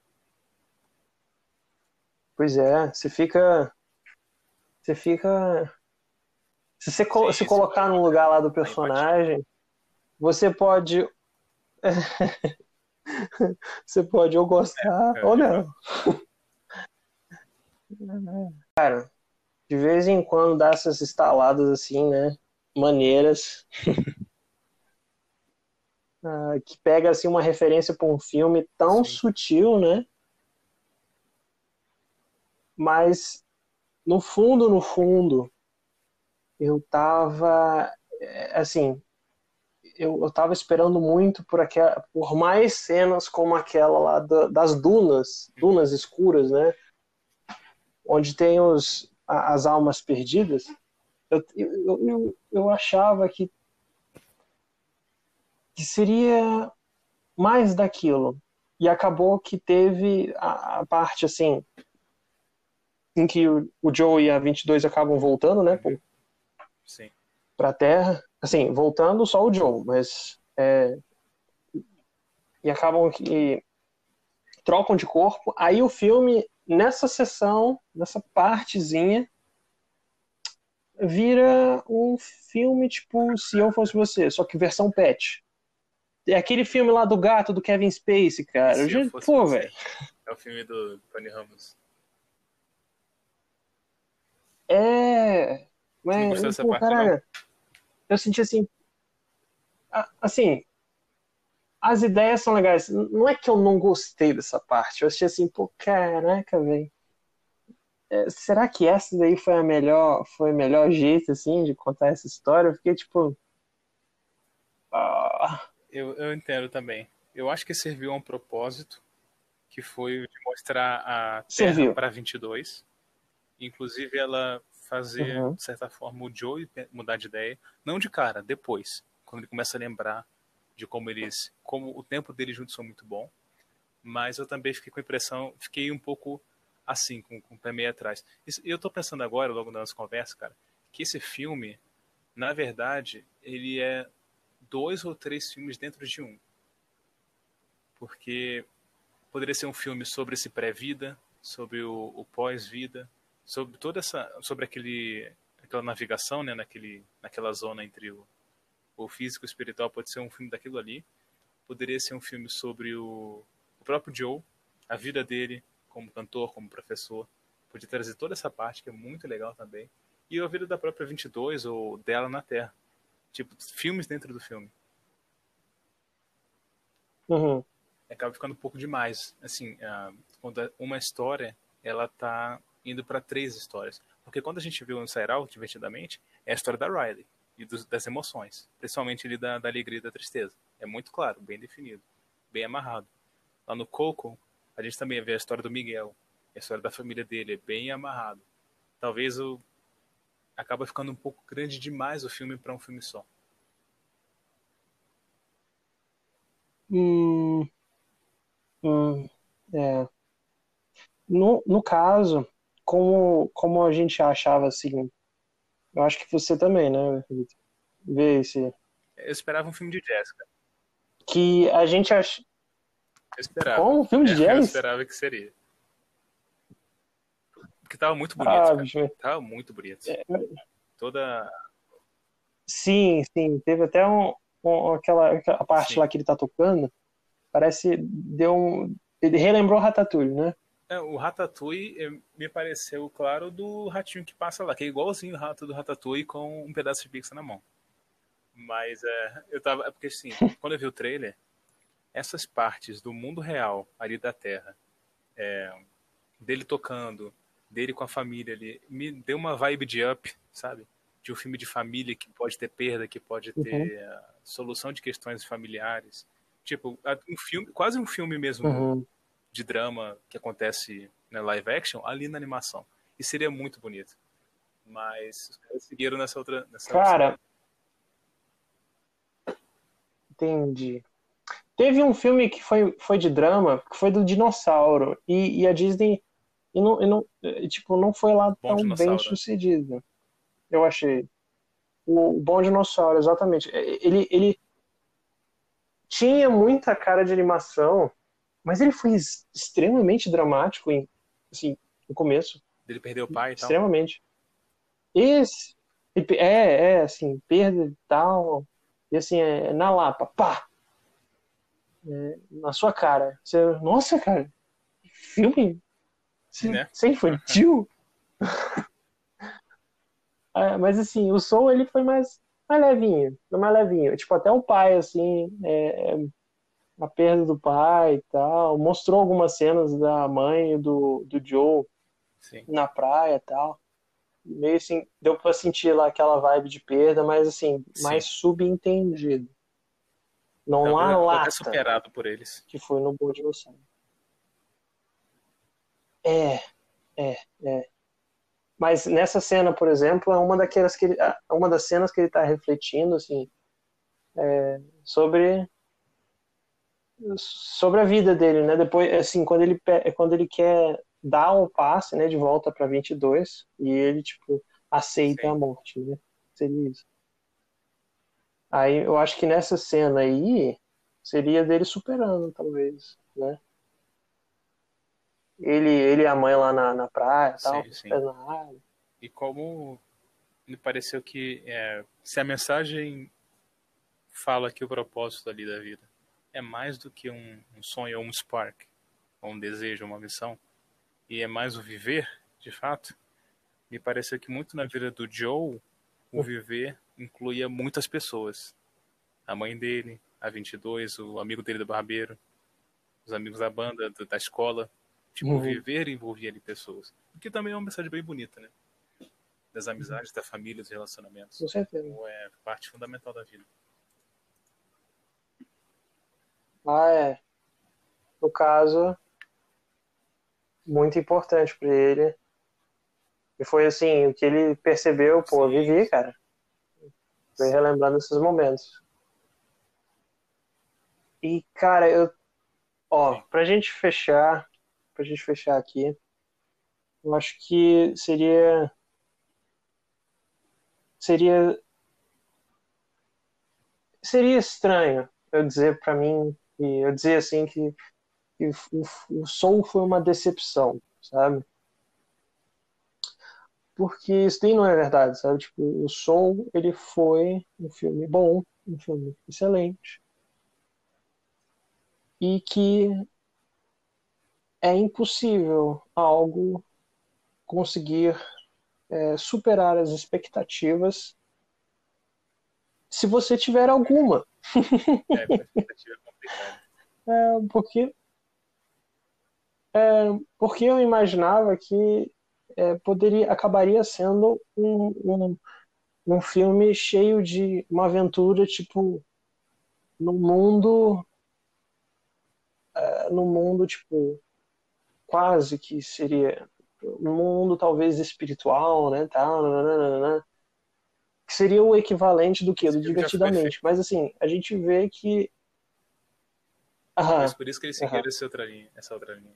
Pois é, você fica. Você fica. Se você co- se Sim, se colocar no coloca lugar lá do a empatia. personagem, você pode. Você pode ou gostar É, ou de fato. não. De vez em quando dá essas estaladas assim, né? maneiras, uh, que pega assim uma referência para um filme tão Sim. sutil, né? Mas no fundo, no fundo, eu tava assim, eu, eu tava esperando muito por aquela, por mais cenas como aquela lá da, das dunas, Uhum. dunas escuras, né? Onde tem os, as almas perdidas. Eu, eu, eu, eu achava que, que seria mais daquilo. E acabou que teve a, a parte assim em que o, o Joe e a vinte e dois acabam voltando, né, Uhum. Sim. pra Terra. Assim, voltando só o Joe, mas é, e acabam que trocam de corpo. Aí o filme, nessa sessão, nessa partezinha, vira um filme tipo Se Eu Fosse Você, só que versão pet. É aquele filme lá do gato do Kevin Spacey, cara. Eu Se eu já, fosse pô, você. velho. É o filme do Tony Ramos. É. Tu não gostou Mas, dessa pô, parte, não? caralho, eu senti assim. Assim, as ideias são legais. Não é que eu não gostei dessa parte. Eu achei assim, pô, caraca, velho. É, será que essa daí foi a melhor, foi o melhor jeito, assim, de contar essa história? Eu fiquei tipo. Ah, Eu, eu entendo também. Eu acho que serviu a um propósito, que foi o de mostrar a Terra serviu. para vinte e dois. Inclusive ela fazer, Uhum. de certa forma, o Joey mudar de ideia. Não de cara, depois. Quando ele começa a lembrar de como eles. Como o tempo deles juntos foi muito bom. Mas eu também fiquei com a impressão, fiquei um pouco assim, com, com o pé meio atrás. E eu tô pensando agora, logo na nossa conversa, cara, que esse filme, na verdade, ele é dois ou três filmes dentro de um. Porque poderia ser um filme sobre esse pré-vida, sobre o, o pós-vida, sobre toda essa, sobre aquele, aquela navegação, né, naquele, naquela zona entre o, o físico e o espiritual. Pode ser um filme daquilo ali. Poderia ser um filme sobre o, o próprio Joe, a vida dele como cantor, como professor. Podia trazer toda essa parte que é muito legal também. E a vida da própria vinte e dois ou dela na Terra. Tipo, filmes dentro do filme. Uhum. Acaba ficando um pouco demais. Assim, uh, quando uma história, ela tá indo para três histórias. Porque quando a gente viu no Inside Out, divertidamente, é a história da Riley e dos, das emoções. Principalmente ali da, da alegria e da tristeza. É muito claro, bem definido, bem amarrado. Lá no Coco, a gente também vê a história do Miguel. A história da família dele é bem amarrado. Talvez o acaba ficando um pouco grande demais o filme para um filme só. Hum, hum, é. No, no caso, como, como a gente achava assim, eu acho que você também, né, Vitor? Vê esse. Eu esperava um filme de Jessica. Que a gente acha. Eu esperava. Como? Um filme de É, eu jazz? esperava que seria. Porque tava muito bonito, Ah, cara. bicho. Tava muito bonito. É, Toda. sim, sim. Teve até um, um- aquela, aquela parte Sim. lá que ele tá tocando. Parece. Deu um. Ele relembrou Ratatouille, né? É, o Ratatouille eh, me pareceu, claro, do ratinho que passa lá, que é igualzinho o rato do Ratatouille com um pedaço de pizza na mão. Mas é, eu tava. É porque assim, quando eu vi o trailer, essas partes do mundo real ali da Terra, dele tocando, dele com a família ali, me deu uma vibe de Up, sabe? De um filme de família que pode ter perda, que pode Uhum, ter uh, solução de questões familiares. Tipo, um filme, quase um filme mesmo uhum. de drama que acontece na live action ali na animação. E seria muito bonito. Mas os caras seguiram nessa outra, nessa opção. Cara, entendi. Teve um filme que foi, foi de drama, que foi do dinossauro. E, e a Disney. E não, e não, e, tipo, não foi lá Bom tão bem Dinossauro. sucedido. Eu achei. O Bom Dinossauro, exatamente. Ele, ele tinha muita cara de animação, mas ele foi extremamente dramático em, assim, no começo. Dele perder o pai e tal. Extremamente. Esse, é, é, assim, perda e tal. E assim, é, na lapa, pá! É, na sua cara. Você, nossa, cara, filme? Você, Né? você é infantil? É, mas assim, o som ele foi mais. mais levinho, mais levinho. Tipo, até o pai, assim, é, é, a perda do pai e tal. Mostrou algumas cenas da mãe e do, do Joe Sim. na praia e tal. Meio assim, deu pra sentir lá aquela vibe de perda, mas assim, Sim. mais subentendido. Não Talvez há até lata superado por eles. que foi no Boa de Você. É, é, é. Mas nessa cena, por exemplo, é uma daquelas que ele, uma das cenas que ele tá refletindo, assim, sobre sobre a vida dele, né? Depois, assim, quando ele quando ele quer dar o passe, né, de volta para vinte e dois e ele tipo aceita a Sim. morte, né? Seria isso. Aí eu acho que nessa cena aí seria dele superando, talvez, né? Ele, ele e a mãe lá na, na praia, tal, Sim, com os sim. pés na água. E como me pareceu que é, se a mensagem fala que o propósito ali da vida é mais do que um, um sonho ou um spark, ou um desejo, uma missão, e é mais o viver, de fato, me pareceu que muito na vida do Joe, o viver incluía muitas pessoas. A mãe dele, a vinte e dois, o amigo dele do barbeiro, os amigos da banda, da escola. Tipo, o Uhum. viver envolvia ali pessoas. O que também é uma mensagem bem bonita, né? Das amizades, da família, dos relacionamentos. Com certeza. Como é parte fundamental da vida. Ah, é. No caso, muito importante para ele. E foi assim, o que ele percebeu, pô, eu Sim, vivi, sim. cara. Foi relembrando esses momentos. E, cara, eu, ó, Sim. pra gente fechar, pra gente fechar aqui, eu acho que seria, seria, seria estranho eu dizer pra mim, e eu dizer assim que, que o, o Soul foi uma decepção, sabe? Porque isso nem não é verdade, sabe? Tipo, o Soul, ele foi um filme bom, um filme excelente, e que é impossível algo conseguir é, superar as expectativas se você tiver alguma. É, a expectativa é complicada. É, porque, é, porque eu imaginava que é, poderia acabaria sendo um, um, um filme cheio de uma aventura tipo no mundo no mundo tipo quase que seria um mundo talvez espiritual, né, tal, nananana, que seria o equivalente do que Esse do filme já foi feito. Divertidamente. Mas assim, a gente vê que Talvez aham, por isso que eles aham, seguiram essa outra linha. Essa outra linha.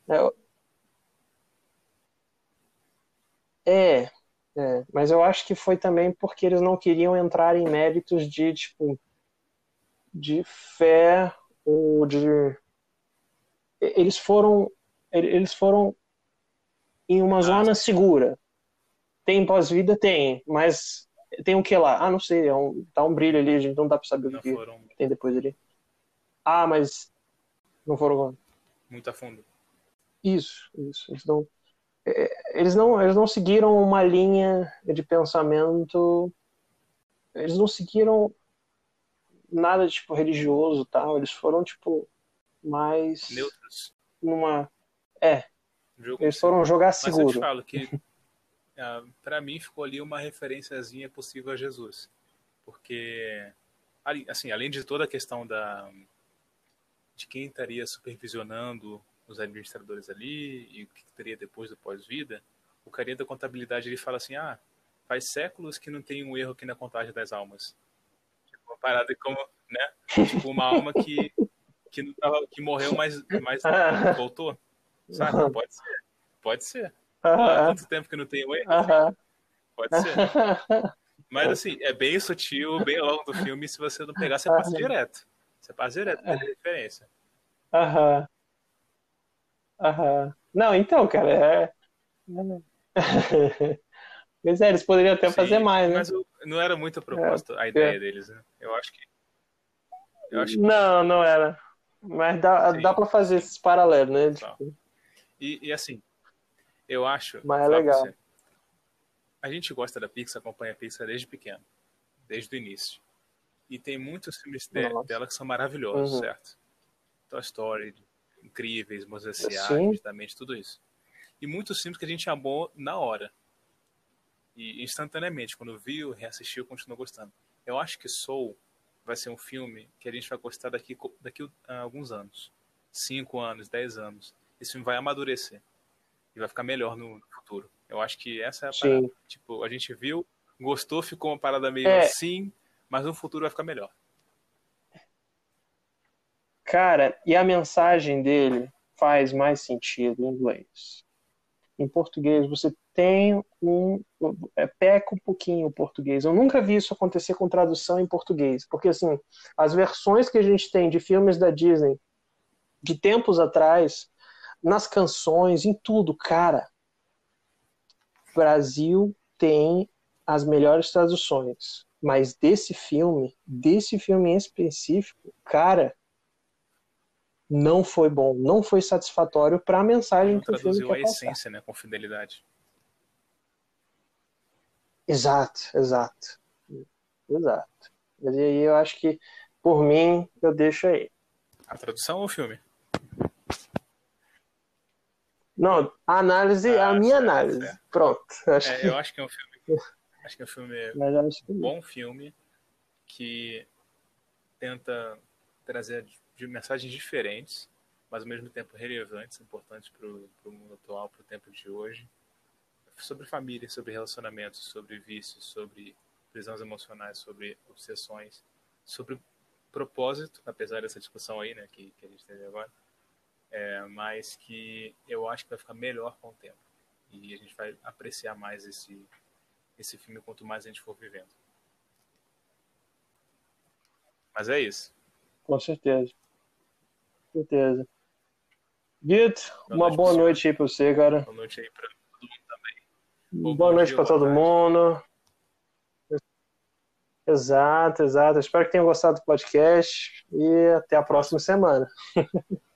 é, é, mas eu acho que foi também porque eles não queriam entrar em méritos de tipo de fé ou de eles foram eles foram em uma Ah, zona segura. Tem pós-vida? Tem, mas tem o que lá? Ah, não sei, é um, tá um brilho ali, a gente não dá pra saber o não que foram tem depois ali. Ah, mas não foram. muito a fundo. Isso, isso. Eles não, é, eles não, eles não seguiram uma linha de pensamento, eles não seguiram nada tipo religioso, tal. Eles foram tipo mais Neutros. numa, é, Viu como eles se... foram jogar Mas eu te seguro. falo que, ah, para mim, ficou ali uma referenciazinha possível a Jesus. Porque, ali- assim, além de toda a questão da, de quem estaria supervisionando os administradores ali e o que teria depois do pós-vida, o carinha da contabilidade ele fala assim: ah, faz séculos que não tem um erro aqui na contagem das almas. Tipo, uma parada como, né? Tipo, uma alma que, que, não tava, que morreu, mas, mas voltou. Saca? Pode ser. Pode ser. Ó, há tanto tempo que não tem um erro assim. Pode ser. Mas assim, é bem sutil, bem ao longo do filme, se você não pegar, você passa direto. Você passa direto da referência. Aham, aham. Não, então, cara, é. Mas é, eles poderiam até fazer Sim, mais, né? mas eu- não era muito a proposta, a É, é. ideia deles, né? Eu acho que, eu acho que Não, não era. Mas dá, dá sim, pra fazer sim, esses paralelos, né? total. Tipo, E, e assim, eu acho, mas é falar pra legal. você, a gente gosta da Pixar, acompanha a Pixar desde pequeno. desde o início. E tem muitos filmes de, Nossa. dela que são maravilhosos, Uhum. certo? Toy Story, incríveis, Moses S A, Sim. justamente tudo isso. E muitos filmes que a gente amou na hora. E instantaneamente, quando viu, reassistiu, continuou gostando. Eu acho que Soul vai ser um filme que a gente vai gostar daqui, daqui a alguns anos. Cinco anos, dez anos. Esse filme vai amadurecer. E vai ficar melhor no futuro. Eu acho que essa é a parada. Sim. Tipo, a gente viu, gostou, ficou uma parada meio É. assim, mas no futuro vai ficar melhor. Cara, e a mensagem dele faz mais sentido em inglês. Em português, você tem um... É, peca um pouquinho o português. Eu nunca vi isso acontecer com tradução em português. Porque, assim, as versões que a gente tem de filmes da Disney de tempos atrás, nas canções, em tudo, cara, o Brasil tem as melhores traduções. Mas desse filme, desse filme em específico, cara, não foi bom, não foi satisfatório para a mensagem Não que o filme traduziu quer a passar. essência, né, com fidelidade. Exato, exato. Exato. Mas aí eu acho que, por mim, eu deixo aí. A tradução ou o filme? Não, a análise, a Ah, minha certo, análise. certo. Pronto. Acho É, que... eu acho que é um filme. Acho que é um filme. Mas acho que... Um bom filme que tenta trazer de mensagens diferentes, mas ao mesmo tempo relevantes, importantes para o mundo atual, para o tempo de hoje. Sobre família, sobre relacionamentos, sobre vícios, sobre prisões emocionais, sobre obsessões, sobre propósito, apesar dessa discussão aí, né, que, que a gente teve agora, é, mas que eu acho que vai ficar melhor com o tempo. E a gente vai apreciar mais esse, esse filme quanto mais a gente for vivendo. Mas é isso. Com certeza. Com certeza. Vitor, Boa uma noite boa pro noite aí para você, cara. Boa noite aí para todo mundo também. Boa, bom noite dia, para boa todo tarde. mundo. Exato, exato. Espero que tenham gostado do podcast e até a próxima semana.